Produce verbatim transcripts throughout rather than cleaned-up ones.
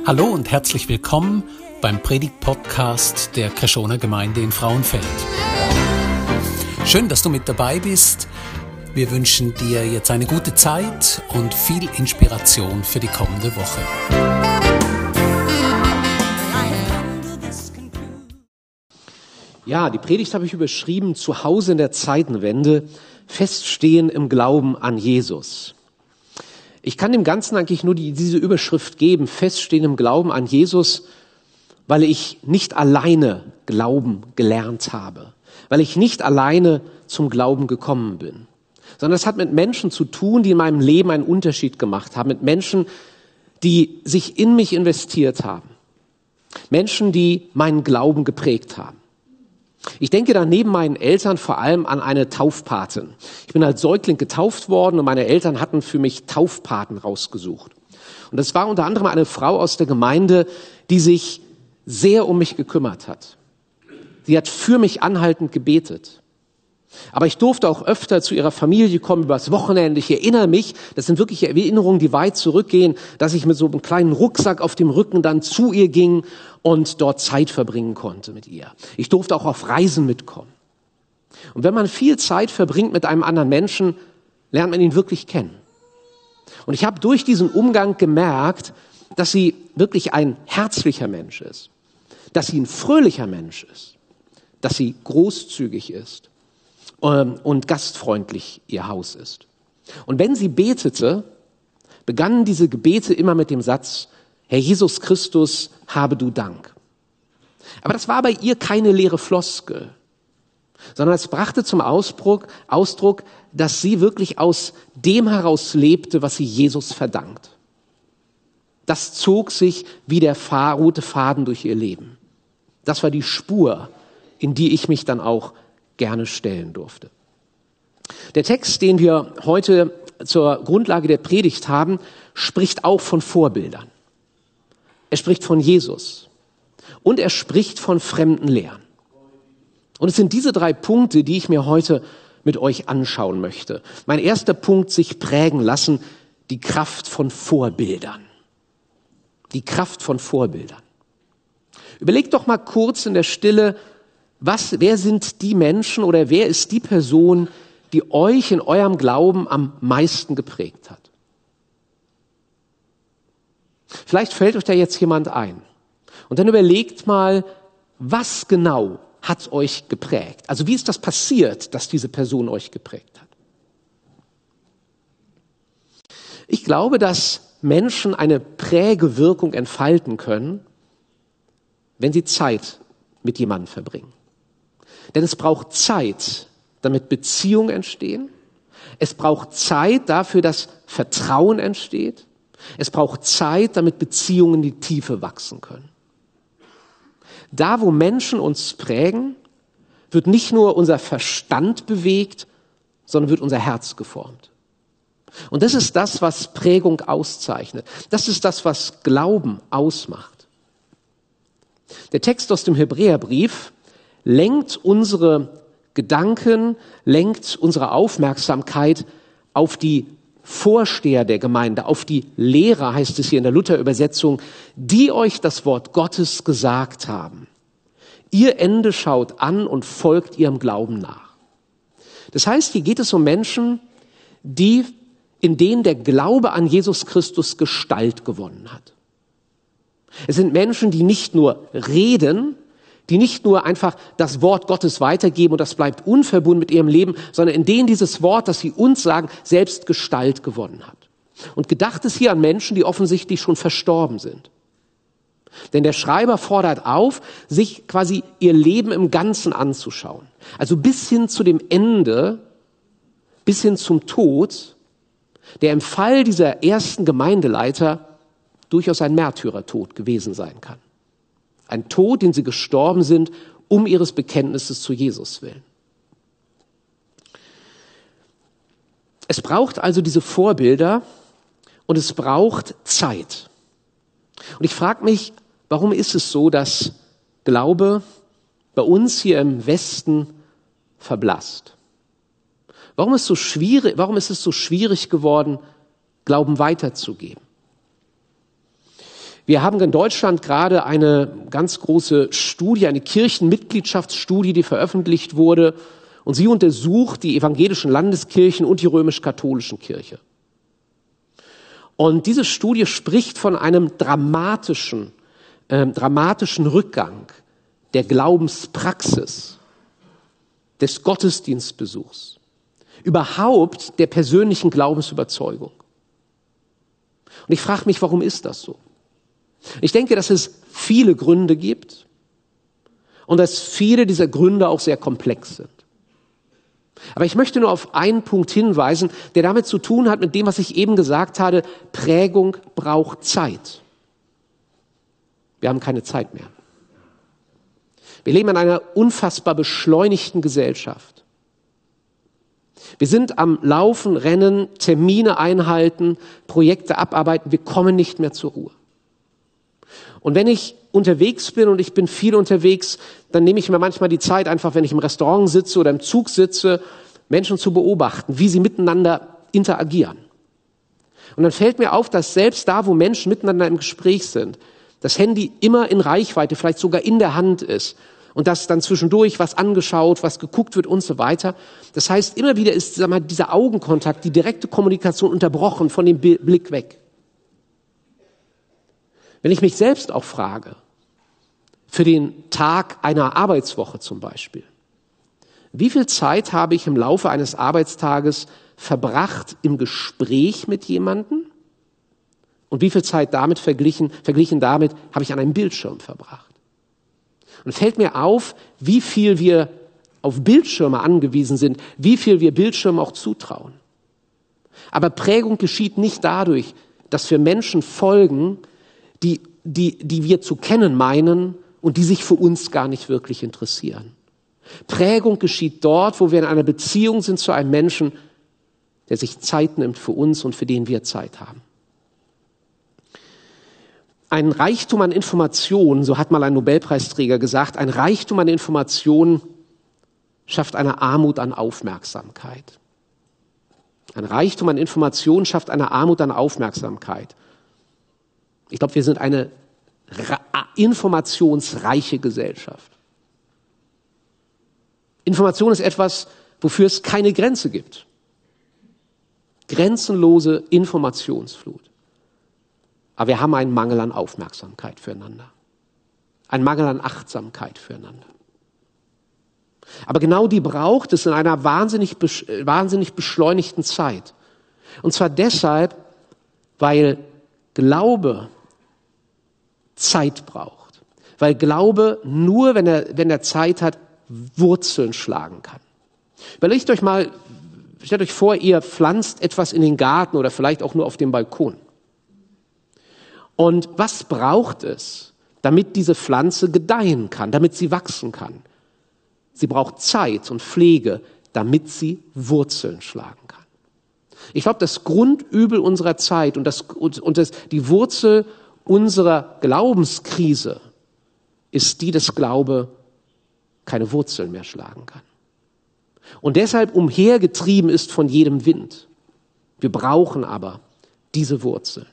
Hallo und herzlich willkommen beim Predigt-Podcast der Kreschoner Gemeinde in Frauenfeld. Schön, dass du mit dabei bist. Wir wünschen dir jetzt eine gute Zeit und viel Inspiration für die kommende Woche. Ja, die Predigt habe ich überschrieben: Zuhause in der Zeitenwende, feststehen im Glauben an Jesus. Ich kann dem Ganzen eigentlich nur die, diese Überschrift geben, feststehen im Glauben an Jesus, weil ich nicht alleine Glauben gelernt habe, weil ich nicht alleine zum Glauben gekommen bin, sondern es hat mit Menschen zu tun, die in meinem Leben einen Unterschied gemacht haben, mit Menschen, die sich in mich investiert haben, Menschen, die meinen Glauben geprägt haben. Ich denke da neben meinen Eltern vor allem an eine Taufpatin. Ich bin als Säugling getauft worden und meine Eltern hatten für mich Taufpaten rausgesucht. Und das war unter anderem eine Frau aus der Gemeinde, die sich sehr um mich gekümmert hat. Sie hat für mich anhaltend gebetet. Aber ich durfte auch öfter zu ihrer Familie kommen übers Wochenende. Ich erinnere mich, das sind wirklich Erinnerungen, die weit zurückgehen, dass ich mit so einem kleinen Rucksack auf dem Rücken dann zu ihr ging und dort Zeit verbringen konnte mit ihr. Ich durfte auch auf Reisen mitkommen. Und wenn man viel Zeit verbringt mit einem anderen Menschen, lernt man ihn wirklich kennen. Und ich habe durch diesen Umgang gemerkt, dass sie wirklich ein herzlicher Mensch ist, dass sie ein fröhlicher Mensch ist, dass sie großzügig ist und gastfreundlich ihr Haus ist. Und wenn sie betete, begannen diese Gebete immer mit dem Satz: Herr Jesus Christus, habe du Dank. Aber das war bei ihr keine leere Floskel, sondern es brachte zum Ausdruck, Ausdruck, dass sie wirklich aus dem heraus lebte, was sie Jesus verdankt. Das zog sich wie der rote Faden durch ihr Leben. Das war die Spur, in die ich mich dann auch gerne stellen durfte. Der Text, den wir heute zur Grundlage der Predigt haben, spricht auch von Vorbildern. Er spricht von Jesus und er spricht von fremden Lehren. Und es sind diese drei Punkte, die ich mir heute mit euch anschauen möchte. Mein erster Punkt: sich prägen lassen, die Kraft von Vorbildern. Die Kraft von Vorbildern. Überlegt doch mal kurz in der Stille, Was, wer sind die Menschen oder wer ist die Person, die euch in eurem Glauben am meisten geprägt hat? Vielleicht fällt euch da jetzt jemand ein. Und dann überlegt mal, was genau hat euch geprägt? Also wie ist das passiert, dass diese Person euch geprägt hat? Ich glaube, dass Menschen eine Prägewirkung entfalten können, wenn sie Zeit mit jemandem verbringen. Denn es braucht Zeit, damit Beziehungen entstehen. Es braucht Zeit dafür, dass Vertrauen entsteht. Es braucht Zeit, damit Beziehungen in die Tiefe wachsen können. Da, wo Menschen uns prägen, wird nicht nur unser Verstand bewegt, sondern wird unser Herz geformt. Und das ist das, was Prägung auszeichnet. Das ist das, was Glauben ausmacht. Der Text aus dem Hebräerbrief lenkt unsere Gedanken, lenkt unsere Aufmerksamkeit auf die Vorsteher der Gemeinde, auf die Lehrer, heißt es hier in der Luther-Übersetzung, die euch das Wort Gottes gesagt haben. Ihr Ende schaut an und folgt ihrem Glauben nach. Das heißt, hier geht es um Menschen, die, in denen der Glaube an Jesus Christus Gestalt gewonnen hat. Es sind Menschen, die nicht nur reden, die nicht nur einfach das Wort Gottes weitergeben und das bleibt unverbunden mit ihrem Leben, sondern in denen dieses Wort, das sie uns sagen, selbst Gestalt gewonnen hat. Und gedacht ist hier an Menschen, die offensichtlich schon verstorben sind. Denn der Schreiber fordert auf, sich quasi ihr Leben im Ganzen anzuschauen. Also bis hin zu dem Ende, bis hin zum Tod, der im Fall dieser ersten Gemeindeleiter durchaus ein Märtyrertod gewesen sein kann. Ein Tod, den sie gestorben sind, um ihres Bekenntnisses zu Jesus willen. Es braucht also diese Vorbilder und es braucht Zeit. Und ich frage mich, warum ist es so, dass Glaube bei uns hier im Westen verblasst? Warum ist, so schwierig, warum ist es so schwierig geworden, Glauben weiterzugeben? Wir haben in Deutschland gerade eine ganz große Studie, eine Kirchenmitgliedschaftsstudie, die veröffentlicht wurde. Und sie untersucht die evangelischen Landeskirchen und die römisch-katholischen Kirche. Und diese Studie spricht von einem dramatischen, äh, dramatischen Rückgang der Glaubenspraxis, des Gottesdienstbesuchs, überhaupt der persönlichen Glaubensüberzeugung. Und ich frage mich, warum ist das so? Ich denke, dass es viele Gründe gibt und dass viele dieser Gründe auch sehr komplex sind. Aber ich möchte nur auf einen Punkt hinweisen, der damit zu tun hat mit dem, was ich eben gesagt habe. Prägung braucht Zeit. Wir haben keine Zeit mehr. Wir leben in einer unfassbar beschleunigten Gesellschaft. Wir sind am Laufen, Rennen, Termine einhalten, Projekte abarbeiten. Wir kommen nicht mehr zur Ruhe. Und wenn ich unterwegs bin, und ich bin viel unterwegs, dann nehme ich mir manchmal die Zeit, einfach wenn ich im Restaurant sitze oder im Zug sitze, Menschen zu beobachten, wie sie miteinander interagieren. Und dann fällt mir auf, dass selbst da, wo Menschen miteinander im Gespräch sind, das Handy immer in Reichweite, vielleicht sogar in der Hand ist und dass dann zwischendurch was angeschaut, was geguckt wird und so weiter. Das heißt, immer wieder ist, sag mal, dieser Augenkontakt, die direkte Kommunikation unterbrochen von dem Blick weg. Wenn ich mich selbst auch frage, für den Tag einer Arbeitswoche zum Beispiel, wie viel Zeit habe ich im Laufe eines Arbeitstages verbracht im Gespräch mit jemandem und wie viel Zeit damit verglichen, verglichen damit habe ich an einem Bildschirm verbracht? Und fällt mir auf, wie viel wir auf Bildschirme angewiesen sind, wie viel wir Bildschirmen auch zutrauen. Aber Prägung geschieht nicht dadurch, dass wir Menschen folgen, die, die, die wir zu kennen meinen und die sich für uns gar nicht wirklich interessieren. Prägung geschieht dort, wo wir in einer Beziehung sind zu einem Menschen, der sich Zeit nimmt für uns und für den wir Zeit haben. Ein Reichtum an Informationen, so hat mal ein Nobelpreisträger gesagt, ein Reichtum an Informationen schafft eine Armut an Aufmerksamkeit. Ein Reichtum an Informationen schafft eine Armut an Aufmerksamkeit. Ich glaube, wir sind eine informationsreiche Gesellschaft. Information ist etwas, wofür es keine Grenze gibt. Grenzenlose Informationsflut. Aber wir haben einen Mangel an Aufmerksamkeit füreinander. Einen Mangel an Achtsamkeit füreinander. Aber genau die braucht es in einer wahnsinnig, wahnsinnig beschleunigten Zeit. Und zwar deshalb, weil Glaube Zeit braucht. Weil Glaube nur, wenn er, wenn er Zeit hat, Wurzeln schlagen kann. Überlegt euch mal, stellt euch vor, ihr pflanzt etwas in den Garten oder vielleicht auch nur auf dem Balkon. Und was braucht es, damit diese Pflanze gedeihen kann, damit sie wachsen kann? Sie braucht Zeit und Pflege, damit sie Wurzeln schlagen kann. Ich glaube, das Grundübel unserer Zeit und, das, und das, die Wurzel unserer Glaubenskrise ist die, dass Glaube keine Wurzeln mehr schlagen kann. Und deshalb umhergetrieben ist von jedem Wind. Wir brauchen aber diese Wurzeln.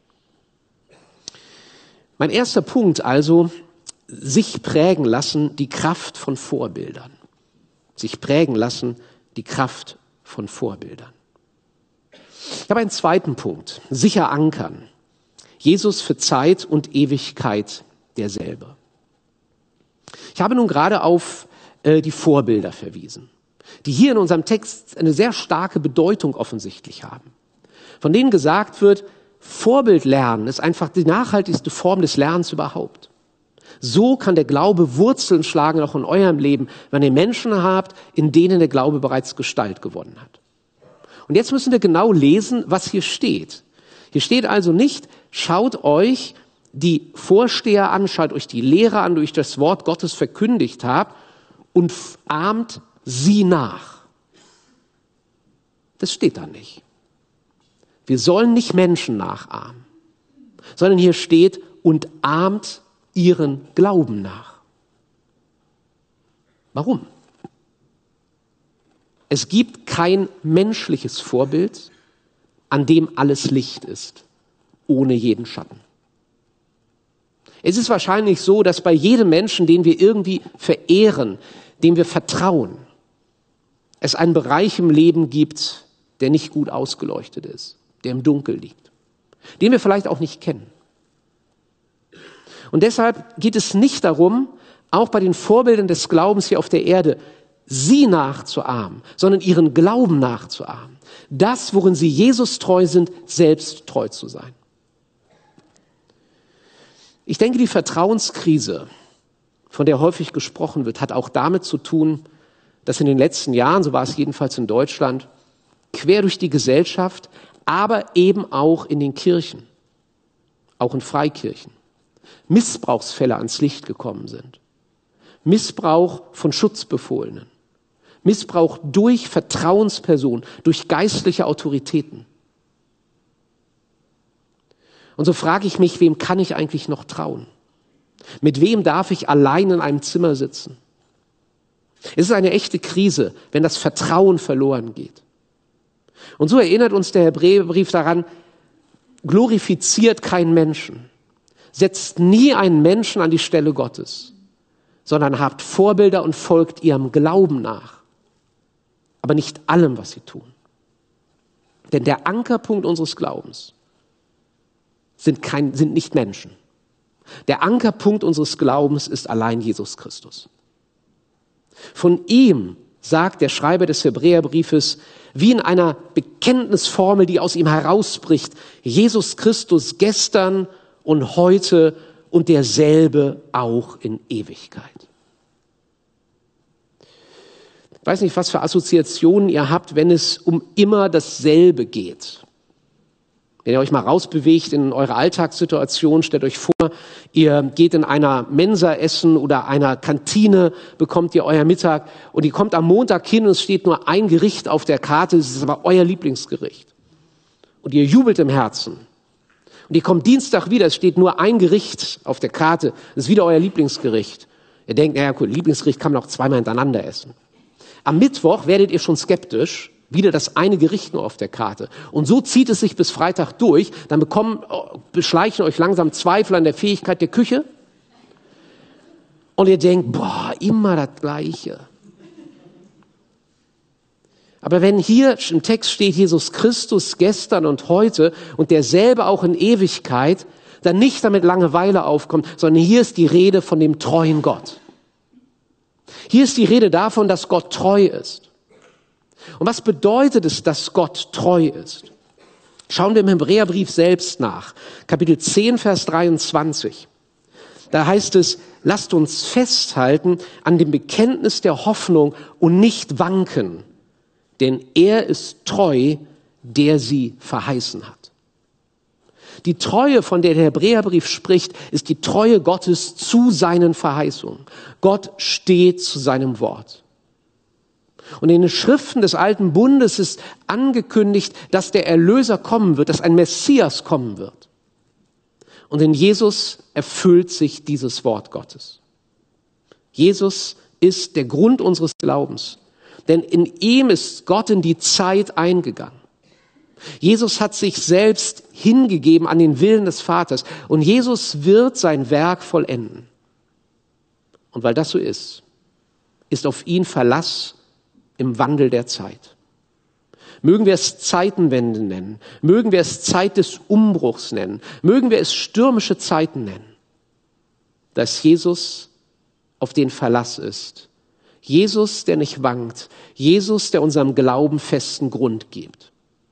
Mein erster Punkt also, sich prägen lassen, die Kraft von Vorbildern. Sich prägen lassen, die Kraft von Vorbildern. Ich habe einen zweiten Punkt, sicher ankern. Jesus für Zeit und Ewigkeit derselbe. Ich habe nun gerade auf äh, die Vorbilder verwiesen, die hier in unserem Text eine sehr starke Bedeutung offensichtlich haben. Von denen gesagt wird, Vorbild lernen ist einfach die nachhaltigste Form des Lernens überhaupt. So kann der Glaube Wurzeln schlagen, auch in eurem Leben, wenn ihr Menschen habt, in denen der Glaube bereits Gestalt gewonnen hat. Und jetzt müssen wir genau lesen, was hier steht. Hier steht also nicht, schaut euch die Vorsteher an, schaut euch die Lehrer an, die euch das Wort Gottes verkündigt habt und ahmt sie nach. Das steht da nicht. Wir sollen nicht Menschen nachahmen, sondern hier steht, und ahmt ihren Glauben nach. Warum? Es gibt kein menschliches Vorbild, an dem alles Licht ist, ohne jeden Schatten. Es ist wahrscheinlich so, dass bei jedem Menschen, den wir irgendwie verehren, dem wir vertrauen, es einen Bereich im Leben gibt, der nicht gut ausgeleuchtet ist, der im Dunkel liegt, den wir vielleicht auch nicht kennen. Und deshalb geht es nicht darum, auch bei den Vorbildern des Glaubens hier auf der Erde, sie nachzuahmen, sondern ihren Glauben nachzuahmen. Das, worin sie Jesus treu sind, selbst treu zu sein. Ich denke, die Vertrauenskrise, von der häufig gesprochen wird, hat auch damit zu tun, dass in den letzten Jahren, so war es jedenfalls in Deutschland, quer durch die Gesellschaft, aber eben auch in den Kirchen, auch in Freikirchen, Missbrauchsfälle ans Licht gekommen sind. Missbrauch von Schutzbefohlenen, Missbrauch durch Vertrauenspersonen, durch geistliche Autoritäten. Und so frage ich mich, wem kann ich eigentlich noch trauen? Mit wem darf ich allein in einem Zimmer sitzen? Es ist eine echte Krise, wenn das Vertrauen verloren geht. Und so erinnert uns der Hebräerbrief daran, glorifiziert keinen Menschen, setzt nie einen Menschen an die Stelle Gottes, sondern habt Vorbilder und folgt ihrem Glauben nach, aber nicht allem, was sie tun. Denn der Ankerpunkt unseres Glaubens sind, kein, sind nicht Menschen. Der Ankerpunkt unseres Glaubens ist allein Jesus Christus. Von ihm sagt der Schreiber des Hebräerbriefes, wie in einer Bekenntnisformel, die aus ihm herausbricht, Jesus Christus gestern und heute und derselbe auch in Ewigkeit. Ich weiß nicht, was für Assoziationen ihr habt, wenn es um immer dasselbe geht. Wenn ihr euch mal rausbewegt in eure Alltagssituation, stellt euch vor, ihr geht in einer Mensa essen oder einer Kantine, bekommt ihr euer Mittag und ihr kommt am Montag hin und es steht nur ein Gericht auf der Karte, es ist aber euer Lieblingsgericht. Und ihr jubelt im Herzen. Und ihr kommt Dienstag wieder, es steht nur ein Gericht auf der Karte, es ist wieder euer Lieblingsgericht. Ihr denkt, naja gut, Lieblingsgericht kann man auch zweimal hintereinander essen. Am Mittwoch werdet ihr schon skeptisch, wieder das eine Gericht nur auf der Karte. Und so zieht es sich bis Freitag durch. Dann bekommen, beschleichen euch langsam Zweifel an der Fähigkeit der Küche. Und ihr denkt, boah, immer das Gleiche. Aber wenn hier im Text steht, Jesus Christus gestern und heute und derselbe auch in Ewigkeit, dann nicht damit Langeweile aufkommt, sondern hier ist die Rede von dem treuen Gott. Hier ist die Rede davon, dass Gott treu ist. Und was bedeutet es, dass Gott treu ist? Schauen wir im Hebräerbrief selbst nach. Kapitel zehn, Vers dreiundzwanzig. Da heißt es, lasst uns festhalten an dem Bekenntnis der Hoffnung und nicht wanken, denn er ist treu, der sie verheißen hat. Die Treue, von der der Hebräerbrief spricht, ist die Treue Gottes zu seinen Verheißungen. Gott steht zu seinem Wort. Und in den Schriften des Alten Bundes ist angekündigt, dass der Erlöser kommen wird, dass ein Messias kommen wird. Und in Jesus erfüllt sich dieses Wort Gottes. Jesus ist der Grund unseres Glaubens, denn in ihm ist Gott in die Zeit eingegangen. Jesus hat sich selbst hingegeben an den Willen des Vaters und Jesus wird sein Werk vollenden. Und weil das so ist, ist auf ihn Verlass im Wandel der Zeit. Mögen wir es Zeitenwende nennen, mögen wir es Zeit des Umbruchs nennen, mögen wir es stürmische Zeiten nennen, dass Jesus auf den Verlass ist. Jesus, der nicht wankt, Jesus, der unserem Glauben festen Grund gibt.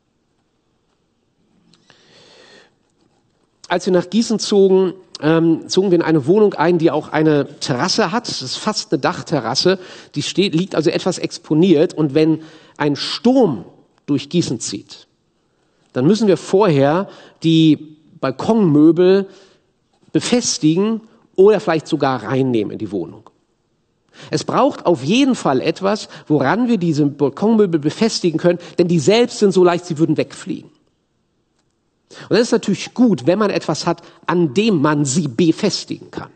Als wir nach Gießen zogen, ähm, zogen wir in eine Wohnung ein, die auch eine Terrasse hat. Das ist fast eine Dachterrasse. Die steht, liegt also etwas exponiert. Und wenn ein Sturm durch Gießen zieht, dann müssen wir vorher die Balkonmöbel befestigen oder vielleicht sogar reinnehmen in die Wohnung. Es braucht auf jeden Fall etwas, woran wir diese Balkonmöbel befestigen können, denn die selbst sind so leicht, sie würden wegfliegen. Und das ist natürlich gut, wenn man etwas hat, an dem man sie befestigen kann.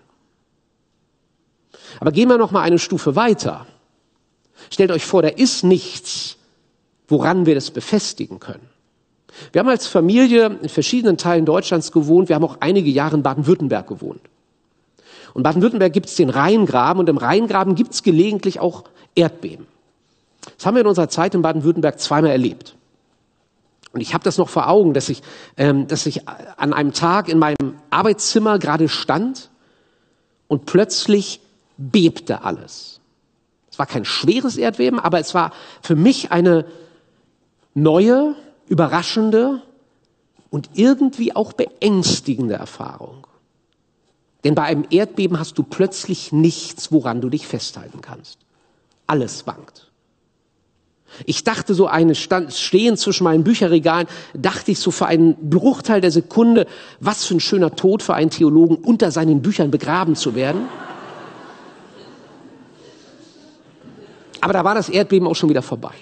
Aber gehen wir noch mal eine Stufe weiter. Stellt euch vor, da ist nichts, woran wir das befestigen können. Wir haben als Familie in verschiedenen Teilen Deutschlands gewohnt. Wir haben auch einige Jahre in Baden-Württemberg gewohnt. Und in Baden-Württemberg gibt es den Rheingraben und im Rheingraben gibt es gelegentlich auch Erdbeben. Das haben wir in unserer Zeit in Baden-Württemberg zweimal erlebt. Und ich habe das noch vor Augen, dass ich, ähm, dass ich an einem Tag in meinem Arbeitszimmer gerade stand und plötzlich bebte alles. Es war kein schweres Erdbeben, aber es war für mich eine neue, überraschende und irgendwie auch beängstigende Erfahrung. Denn bei einem Erdbeben hast du plötzlich nichts, woran du dich festhalten kannst. Alles wankt. Ich dachte so eine Stand, stehen zwischen meinen Bücherregalen, dachte ich so für einen Bruchteil der Sekunde, was für ein schöner Tod für einen Theologen, unter seinen Büchern begraben zu werden. Aber da war das Erdbeben auch schon wieder vorbei.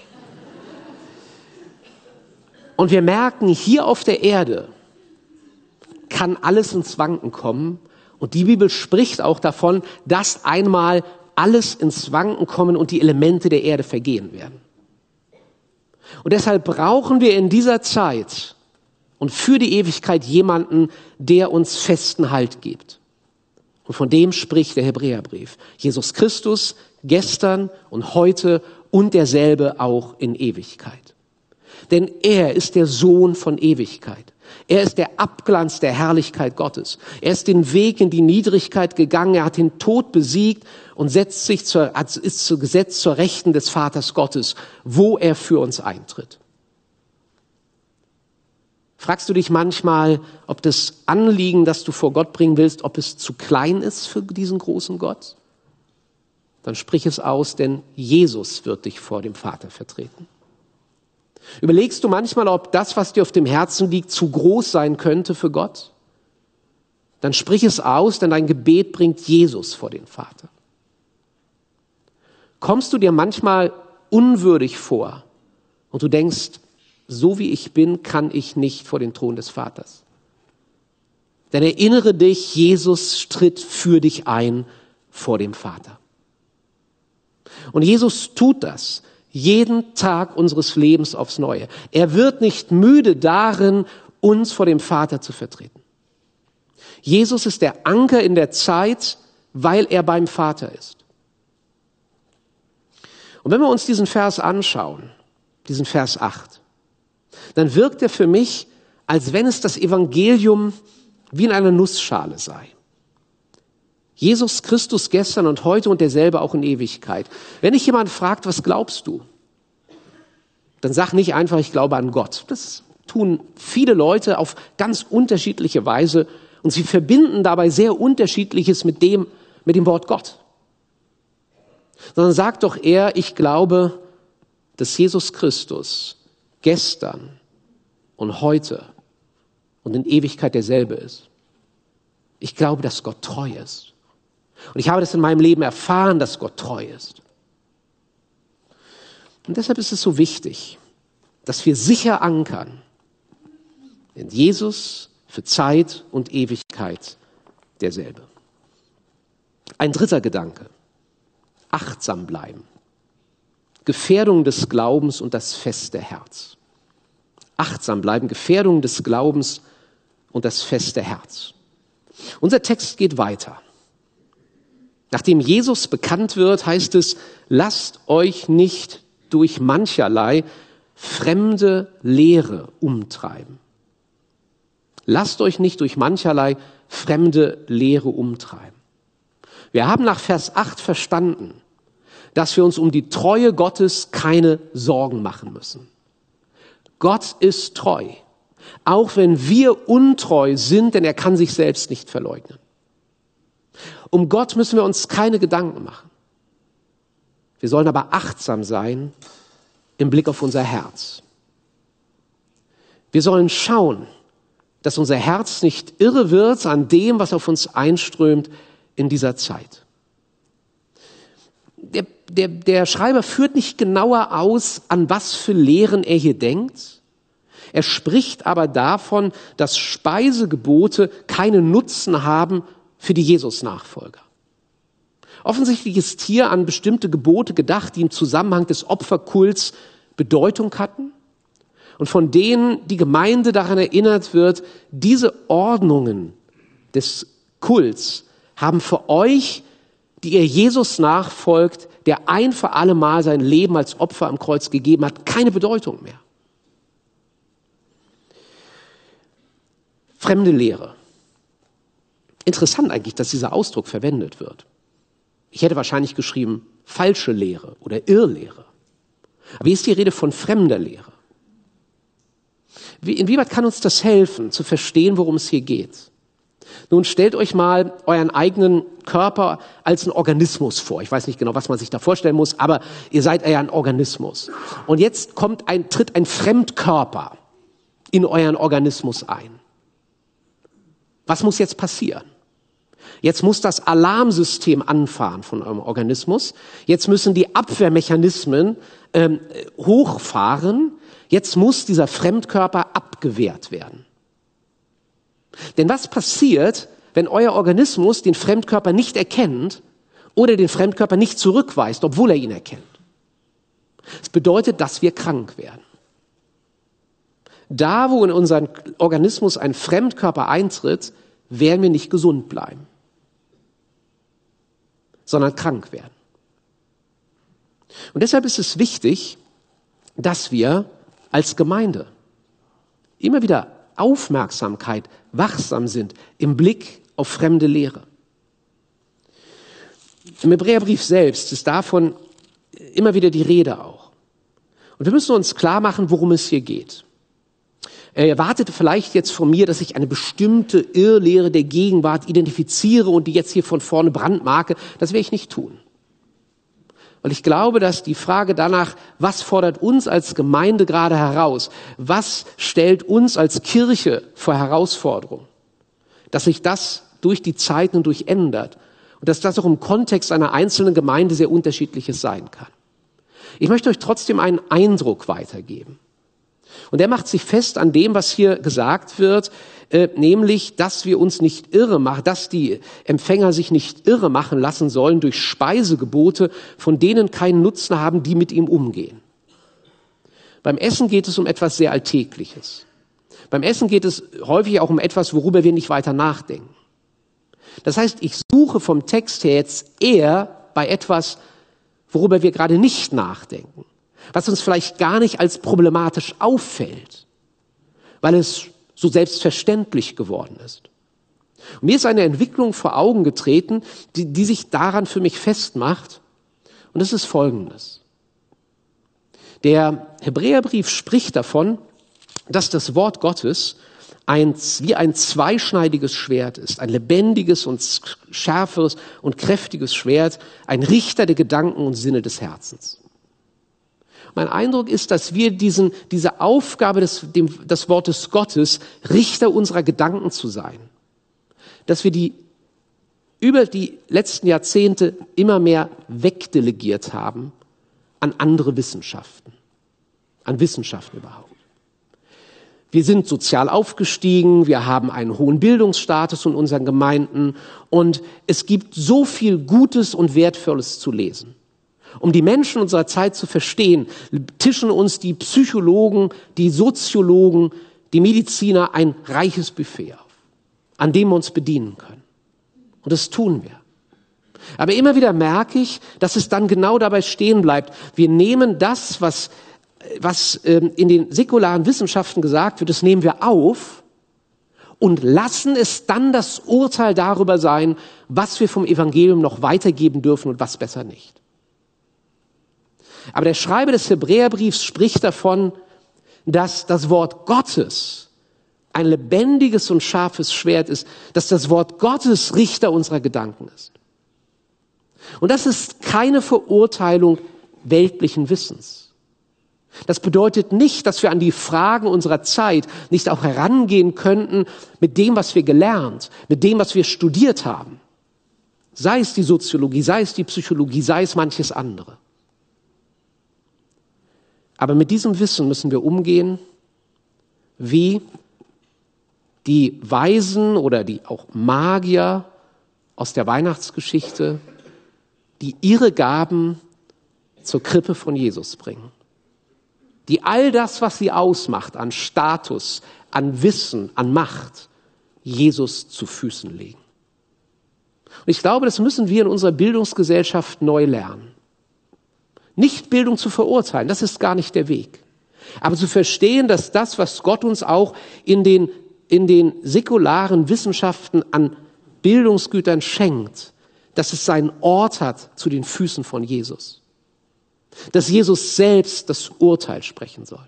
Und wir merken, hier auf der Erde kann alles ins Wanken kommen. Und die Bibel spricht auch davon, dass einmal alles ins Wanken kommen und die Elemente der Erde vergehen werden. Und deshalb brauchen wir in dieser Zeit und für die Ewigkeit jemanden, der uns festen Halt gibt. Und von dem spricht der Hebräerbrief. Jesus Christus, gestern und heute und derselbe auch in Ewigkeit. Denn er ist der Sohn von Ewigkeit. Er ist der Abglanz der Herrlichkeit Gottes. Er ist den Weg in die Niedrigkeit gegangen. Er hat den Tod besiegt und setzt sich zur, ist zu gesetzt zur Rechten des Vaters Gottes, wo er für uns eintritt. Fragst du dich manchmal, ob das Anliegen, das du vor Gott bringen willst, ob es zu klein ist für diesen großen Gott? Dann sprich es aus, denn Jesus wird dich vor dem Vater vertreten. Überlegst du manchmal, ob das, was dir auf dem Herzen liegt, zu groß sein könnte für Gott? Dann sprich es aus, denn dein Gebet bringt Jesus vor den Vater. Kommst du dir manchmal unwürdig vor und du denkst, so wie ich bin, kann ich nicht vor den Thron des Vaters? Dann erinnere dich, Jesus tritt für dich ein vor dem Vater. Und Jesus tut das jeden Tag unseres Lebens aufs Neue. Er wird nicht müde darin, uns vor dem Vater zu vertreten. Jesus ist der Anker in der Zeit, weil er beim Vater ist. Und wenn wir uns diesen Vers anschauen, diesen Vers acht, dann wirkt er für mich, als wenn es das Evangelium wie in einer Nussschale sei. Jesus Christus gestern und heute und derselbe auch in Ewigkeit. Wenn dich jemand fragt, was glaubst du? Dann sag nicht einfach, ich glaube an Gott. Das tun viele Leute auf ganz unterschiedliche Weise und sie verbinden dabei sehr Unterschiedliches mit dem, mit dem Wort Gott. Sondern sag doch eher, ich glaube, dass Jesus Christus gestern und heute und in Ewigkeit derselbe ist. Ich glaube, dass Gott treu ist. Und ich habe das in meinem Leben erfahren, dass Gott treu ist. Und deshalb ist es so wichtig, dass wir sicher ankern in Jesus für Zeit und Ewigkeit derselbe. Ein dritter Gedanke. Achtsam bleiben. Gefährdung des Glaubens und das feste Herz. Achtsam bleiben, Gefährdung des Glaubens und das feste Herz. Unser Text geht weiter. Nachdem Jesus bekannt wird, heißt es, lasst euch nicht durch mancherlei fremde Lehre umtreiben. Lasst euch nicht durch mancherlei fremde Lehre umtreiben. Wir haben nach Vers acht verstanden, dass wir uns um die Treue Gottes keine Sorgen machen müssen. Gott ist treu, auch wenn wir untreu sind, denn er kann sich selbst nicht verleugnen. Um Gott müssen wir uns keine Gedanken machen. Wir sollen aber achtsam sein im Blick auf unser Herz. Wir sollen schauen, dass unser Herz nicht irre wird an dem, was auf uns einströmt in dieser Zeit. Der, der, der Schreiber führt nicht genauer aus, an was für Lehren er hier denkt. Er spricht aber davon, dass Speisegebote keinen Nutzen haben für die Jesus-Nachfolger. Offensichtlich ist hier an bestimmte Gebote gedacht, die im Zusammenhang des Opferkults Bedeutung hatten und von denen die Gemeinde daran erinnert wird, diese Ordnungen des Kults haben für euch, die ihr Jesus nachfolgt, der ein für alle Mal sein Leben als Opfer am Kreuz gegeben hat, keine Bedeutung mehr. Fremde Lehre. Interessant eigentlich, dass dieser Ausdruck verwendet wird. Ich hätte wahrscheinlich geschrieben, falsche Lehre oder Irrlehre. Aber hier ist die Rede von fremder Lehre. Wie, inwieweit kann uns das helfen, zu verstehen, worum es hier geht? Nun stellt euch mal euren eigenen Körper als einen Organismus vor. Ich weiß nicht genau, was man sich da vorstellen muss, aber ihr seid ja ein Organismus. Und jetzt kommt ein, tritt ein Fremdkörper in euren Organismus ein. Was muss jetzt passieren? Jetzt muss das Alarmsystem anfahren von eurem Organismus. Jetzt müssen die Abwehrmechanismen ähm, hochfahren. Jetzt muss dieser Fremdkörper abgewehrt werden. Denn was passiert, wenn euer Organismus den Fremdkörper nicht erkennt oder den Fremdkörper nicht zurückweist, obwohl er ihn erkennt? Es bedeutet, dass wir krank werden. Da, wo in unseren Organismus ein Fremdkörper eintritt, werden wir nicht gesund bleiben, sondern krank werden. Und deshalb ist es wichtig, dass wir als Gemeinde immer wieder Aufmerksamkeit, wachsam sind im Blick auf fremde Lehre. Im Hebräerbrief selbst ist davon immer wieder die Rede auch. Und wir müssen uns klar machen, worum es hier geht. Er erwartet vielleicht jetzt von mir, dass ich eine bestimmte Irrlehre der Gegenwart identifiziere und die jetzt hier von vorne brandmarke. Das werde ich nicht tun. Weil ich glaube, dass die Frage danach, was fordert uns als Gemeinde gerade heraus? Was stellt uns als Kirche vor Herausforderungen? Dass sich das durch die Zeiten hindurch ändert und dass das auch im Kontext einer einzelnen Gemeinde sehr unterschiedliches sein kann. Ich möchte euch trotzdem einen Eindruck weitergeben. Und der macht sich fest an dem, was hier gesagt wird, äh, nämlich, dass wir uns nicht irre machen, dass die Empfänger sich nicht irre machen lassen sollen durch Speisegebote, von denen keinen Nutzen haben, die mit ihm umgehen. Beim Essen geht es um etwas sehr Alltägliches. Beim Essen geht es häufig auch um etwas, worüber wir nicht weiter nachdenken. Das heißt, ich suche vom Text her jetzt eher bei etwas, worüber wir gerade nicht nachdenken, was uns vielleicht gar nicht als problematisch auffällt, weil es so selbstverständlich geworden ist. Und mir ist eine Entwicklung vor Augen getreten, die, die sich daran für mich festmacht, und es ist Folgendes. Der Hebräerbrief spricht davon, dass das Wort Gottes ein, wie ein zweischneidiges Schwert ist, ein lebendiges und schärferes und kräftiges Schwert, ein Richter der Gedanken und Sinne des Herzens. Mein Eindruck ist, dass wir diesen, diese Aufgabe des, dem, des Wortes Gottes, Richter unserer Gedanken zu sein, dass wir die über die letzten Jahrzehnte immer mehr wegdelegiert haben an andere Wissenschaften, an Wissenschaften überhaupt. Wir sind sozial aufgestiegen, wir haben einen hohen Bildungsstatus in unseren Gemeinden und es gibt so viel Gutes und Wertvolles zu lesen. Um die Menschen unserer Zeit zu verstehen, tischen uns die Psychologen, die Soziologen, die Mediziner ein reiches Buffet auf, an dem wir uns bedienen können. Und das tun wir. Aber immer wieder merke ich, dass es dann genau dabei stehen bleibt. Wir nehmen das, was, was in den säkularen Wissenschaften gesagt wird, das nehmen wir auf und lassen es dann das Urteil darüber sein, was wir vom Evangelium noch weitergeben dürfen und was besser nicht. Aber der Schreiber des Hebräerbriefs spricht davon, dass das Wort Gottes ein lebendiges und scharfes Schwert ist, dass das Wort Gottes Richter unserer Gedanken ist. Und das ist keine Verurteilung weltlichen Wissens. Das bedeutet nicht, dass wir an die Fragen unserer Zeit nicht auch herangehen könnten mit dem, was wir gelernt, mit dem, was wir studiert haben. Sei es die Soziologie, sei es die Psychologie, sei es manches andere. Aber mit diesem Wissen müssen wir umgehen, wie die Weisen oder die auch Magier aus der Weihnachtsgeschichte, die ihre Gaben zur Krippe von Jesus bringen. Die all das, was sie ausmacht an Status, an Wissen, an Macht, Jesus zu Füßen legen. Und ich glaube, das müssen wir in unserer Bildungsgesellschaft neu lernen. Nicht Bildung zu verurteilen, das ist gar nicht der Weg. Aber zu verstehen, dass das, was Gott uns auch in den, in den säkularen Wissenschaften an Bildungsgütern schenkt, dass es seinen Ort hat zu den Füßen von Jesus. Dass Jesus selbst das Urteil sprechen soll.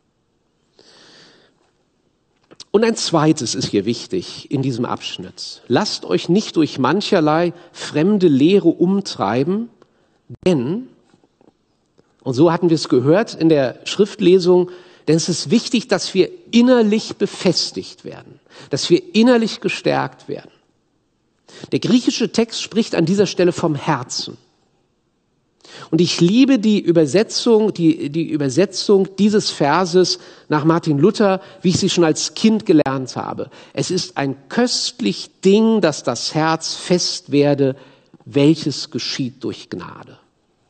Und ein zweites ist hier wichtig in diesem Abschnitt. Lasst euch nicht durch mancherlei fremde Lehre umtreiben, denn, und so hatten wir es gehört in der Schriftlesung, denn es ist wichtig, dass wir innerlich befestigt werden, dass wir innerlich gestärkt werden. Der griechische Text spricht an dieser Stelle vom Herzen. Und ich liebe die Übersetzung, die, die Übersetzung dieses Verses nach Martin Luther, wie ich sie schon als Kind gelernt habe. Es ist ein köstlich Ding, dass das Herz fest werde, welches geschieht durch Gnade.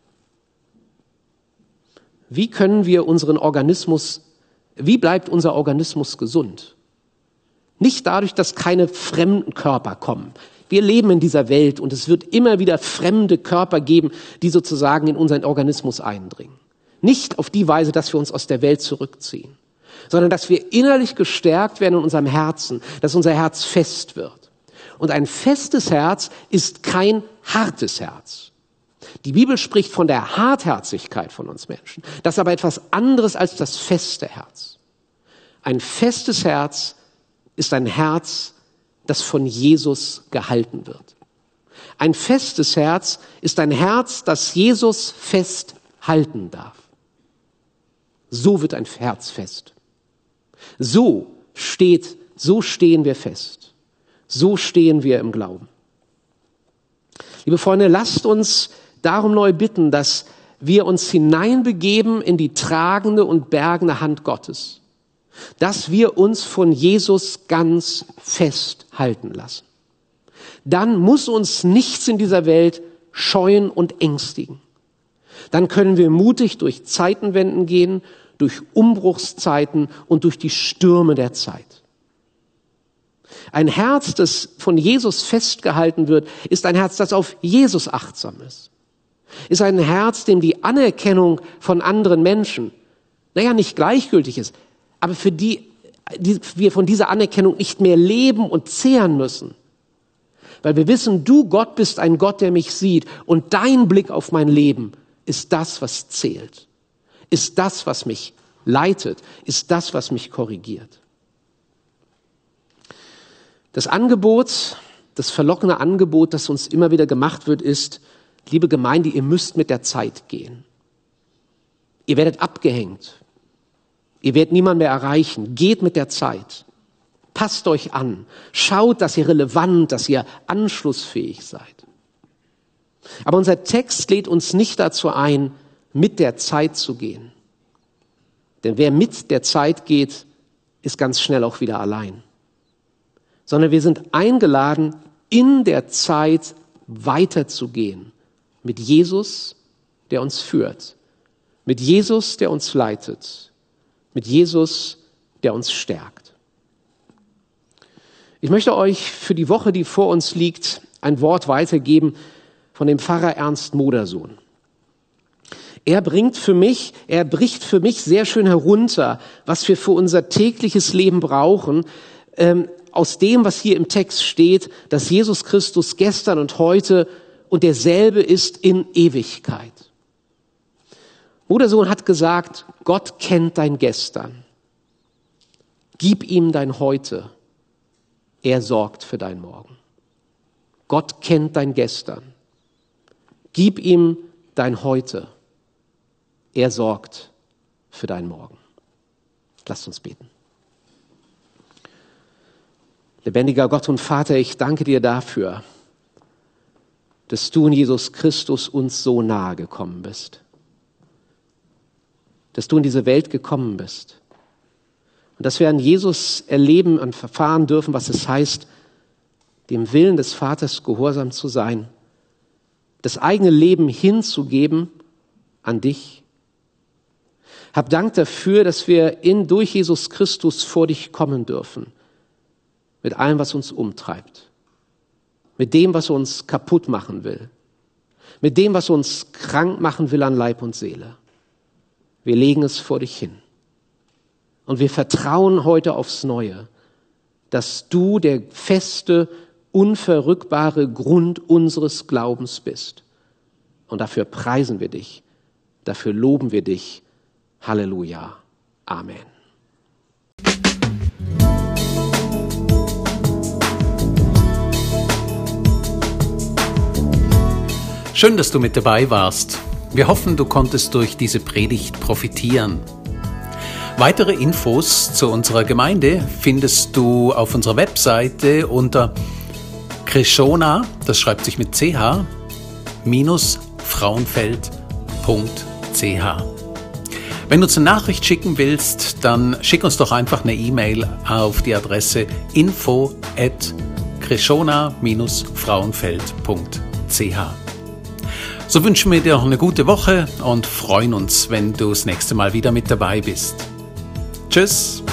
Wie können wir unseren Organismus, wie bleibt unser Organismus gesund? Nicht dadurch, dass keine fremden Körper kommen. Wir leben in dieser Welt und es wird immer wieder fremde Körper geben, die sozusagen in unseren Organismus eindringen. Nicht auf die Weise, dass wir uns aus der Welt zurückziehen, sondern dass wir innerlich gestärkt werden in unserem Herzen, dass unser Herz fest wird. Und ein festes Herz ist kein hartes Herz. Die Bibel spricht von der Hartherzigkeit von uns Menschen. Das ist aber etwas anderes als das feste Herz. Ein festes Herz ist ein Herz, das von Jesus gehalten wird. Ein festes Herz ist ein Herz, das Jesus festhalten darf. So wird ein Herz fest. So steht, so stehen wir fest. So stehen wir im Glauben. Liebe Freunde, lasst uns darum neu bitten, dass wir uns hineinbegeben in die tragende und bergende Hand Gottes. Dass wir uns von Jesus ganz festhalten lassen. Dann muss uns nichts in dieser Welt scheuen und ängstigen. Dann können wir mutig durch Zeitenwenden gehen, durch Umbruchszeiten und durch die Stürme der Zeit. Ein Herz, das von Jesus festgehalten wird, ist ein Herz, das auf Jesus achtsam ist. Ist ein Herz, dem die Anerkennung von anderen Menschen, naja, nicht gleichgültig ist, aber für die, die wir von dieser Anerkennung nicht mehr leben und zehren müssen. Weil wir wissen, du Gott bist ein Gott, der mich sieht und dein Blick auf mein Leben ist das, was zählt. Ist das, was mich leitet, ist das, was mich korrigiert. Das Angebot, das verlockende Angebot, das uns immer wieder gemacht wird, ist, liebe Gemeinde, ihr müsst mit der Zeit gehen. Ihr werdet abgehängt. Ihr werdet niemanden mehr erreichen. Geht mit der Zeit. Passt euch an. Schaut, dass ihr relevant, dass ihr anschlussfähig seid. Aber unser Text lädt uns nicht dazu ein, mit der Zeit zu gehen. Denn wer mit der Zeit geht, ist ganz schnell auch wieder allein. Sondern wir sind eingeladen, in der Zeit weiterzugehen. Mit Jesus, der uns führt. Mit Jesus, der uns leitet. Mit Jesus, der uns stärkt. Ich möchte euch für die Woche, die vor uns liegt, ein Wort weitergeben von dem Pfarrer Ernst Modersohn. Er bringt für mich, er bricht für mich sehr schön herunter, was wir für unser tägliches Leben brauchen, ähm, aus dem, was hier im Text steht, dass Jesus Christus gestern und heute und derselbe ist in Ewigkeit. Modersohn hat gesagt, Gott kennt dein Gestern. Gib ihm dein Heute. Er sorgt für dein Morgen. Gott kennt dein Gestern. Gib ihm dein Heute. Er sorgt für dein Morgen. Lasst uns beten. Lebendiger Gott und Vater, ich danke dir dafür, dass du in Jesus Christus uns so nahe gekommen bist. Dass du in diese Welt gekommen bist. Und dass wir an Jesus erleben und erfahren dürfen, was es heißt, dem Willen des Vaters gehorsam zu sein, das eigene Leben hinzugeben an dich. Hab Dank dafür, dass wir in, durch Jesus Christus vor dich kommen dürfen, mit allem, was uns umtreibt. mit dem, was uns kaputt machen will, mit dem, was uns krank machen will an Leib und Seele. Wir legen es vor dich hin. Und wir vertrauen heute aufs Neue, dass du der feste, unverrückbare Grund unseres Glaubens bist. Und dafür preisen wir dich, dafür loben wir dich. Halleluja. Amen. Schön, dass du mit dabei warst. Wir hoffen, du konntest durch diese Predigt profitieren. Weitere Infos zu unserer Gemeinde findest du auf unserer Webseite unter Krishona, das schreibt sich mit ch, minus frauenfeld punkt c h. Wenn du uns eine Nachricht schicken willst, dann schick uns doch einfach eine E-Mail auf die Adresse info at krishona minus frauenfeld punkt c h. So wünschen wir dir noch eine gute Woche und freuen uns, wenn du das nächste Mal wieder mit dabei bist. Tschüss!